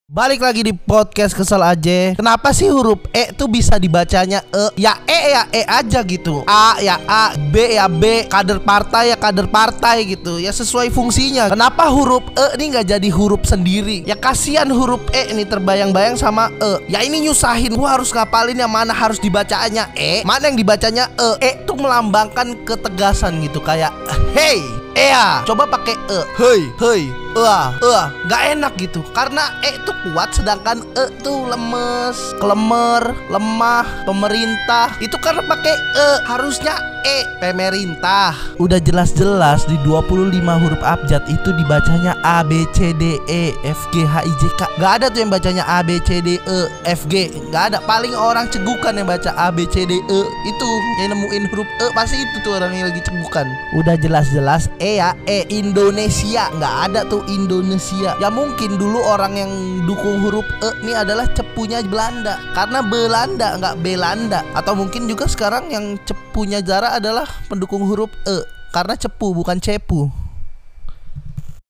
Balik lagi di podcast Kesel aja. Kenapa sih huruf E tuh bisa dibacanya E? Ya E aja gitu. A ya A, B ya B, kader partai ya kader partai gitu. Ya sesuai fungsinya. Kenapa huruf E ini nggak jadi huruf sendiri? Ya kasihan huruf E ini terbayang-bayang sama E. Ya ini nyusahin. Gua harus ngapalin yang mana harus dibacanya E, mana yang dibacanya E. E tuh melambangkan ketegasan gitu, kayak hey, Ea, coba pakai hei, nggak enak gitu. Karena E tuh kuat, sedangkan E tuh lemes, kelemer, lemah, pemerintah. Itu karena pakai E, harusnya E, pemerintah. Udah jelas-jelas di 25 huruf abjad itu dibacanya A, B, C, D, E, F, G, H, I, J, K. Nggak ada tuh yang bacanya A, B, C, D, E, F, G. Nggak ada. Paling orang cegukan yang baca A, B, C, D, E. Itu yang nemuin huruf E, pasti itu tuh orang yang lagi cegukan. Udah jelas-jelas E ya, E, Indonesia. Nggak ada tuh Indonesia. Ya mungkin dulu orang yang dukung huruf E ini adalah cepunya Belanda, karena Belanda nggak Belanda. Atau mungkin juga sekarang yang cepunya Zara adalah pendukung huruf E, karena cepu bukan cepu.